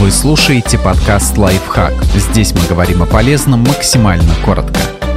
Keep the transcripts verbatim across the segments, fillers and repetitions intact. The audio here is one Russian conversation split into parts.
Вы слушаете подкаст «Лайфхак». Здесь мы говорим о полезном максимально коротко.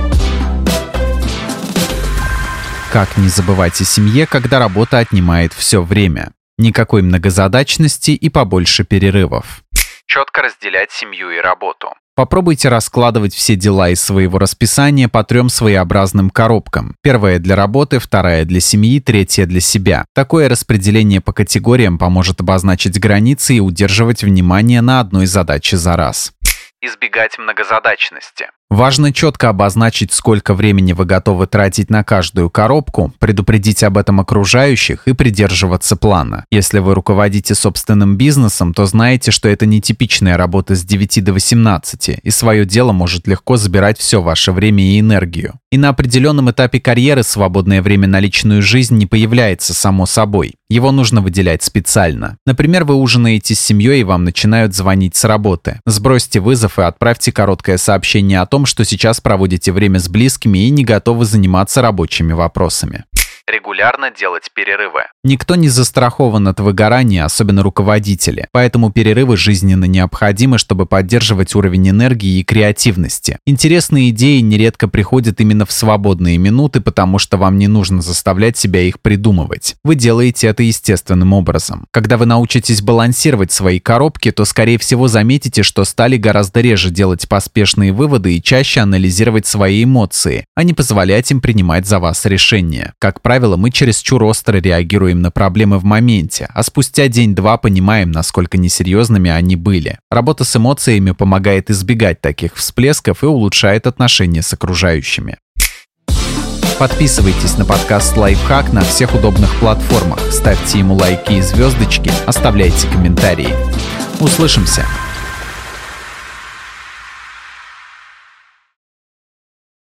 Как не забывать о семье, когда работа отнимает все время? Никакой многозадачности и побольше перерывов. Четко разделять семью и работу. Попробуйте раскладывать все дела из своего расписания по трем своеобразным коробкам. Первая для работы, вторая для семьи, третья для себя. Такое распределение по категориям поможет обозначить границы и удерживать внимание на одной задаче за раз. Избегать многозадачности. Важно четко обозначить, сколько времени вы готовы тратить на каждую коробку, предупредить об этом окружающих и придерживаться плана. Если вы руководите собственным бизнесом, то знаете, что это не типичная работа с девяти до восемнадцати, и свое дело может легко забирать все ваше время и энергию. И на определенном этапе карьеры свободное время на личную жизнь не появляется само собой. Его нужно выделять специально. Например, вы ужинаете с семьей, и вам начинают звонить с работы. Сбросьте вызов и отправьте короткое сообщение о том, что сейчас проводите время с близкими и не готовы заниматься рабочими вопросами. Регулярно делать перерывы. Никто не застрахован от выгорания, особенно руководители, поэтому перерывы жизненно необходимы, чтобы поддерживать уровень энергии и креативности. Интересные идеи нередко приходят именно в свободные минуты, потому что вам не нужно заставлять себя их придумывать. Вы делаете это естественным образом. Когда вы научитесь балансировать свои коробки, то, скорее всего, заметите, что стали гораздо реже делать поспешные выводы и чаще анализировать свои эмоции, а не позволять им принимать за вас решения. Как правило, мы чересчур остро реагируем на проблемы в моменте, а спустя день-два понимаем, насколько несерьезными они были. Работа с эмоциями помогает избегать таких всплесков и улучшает отношения с окружающими. Подписывайтесь на подкаст «Лайфхак» на всех удобных платформах, ставьте ему лайки и звездочки, оставляйте комментарии. Услышимся!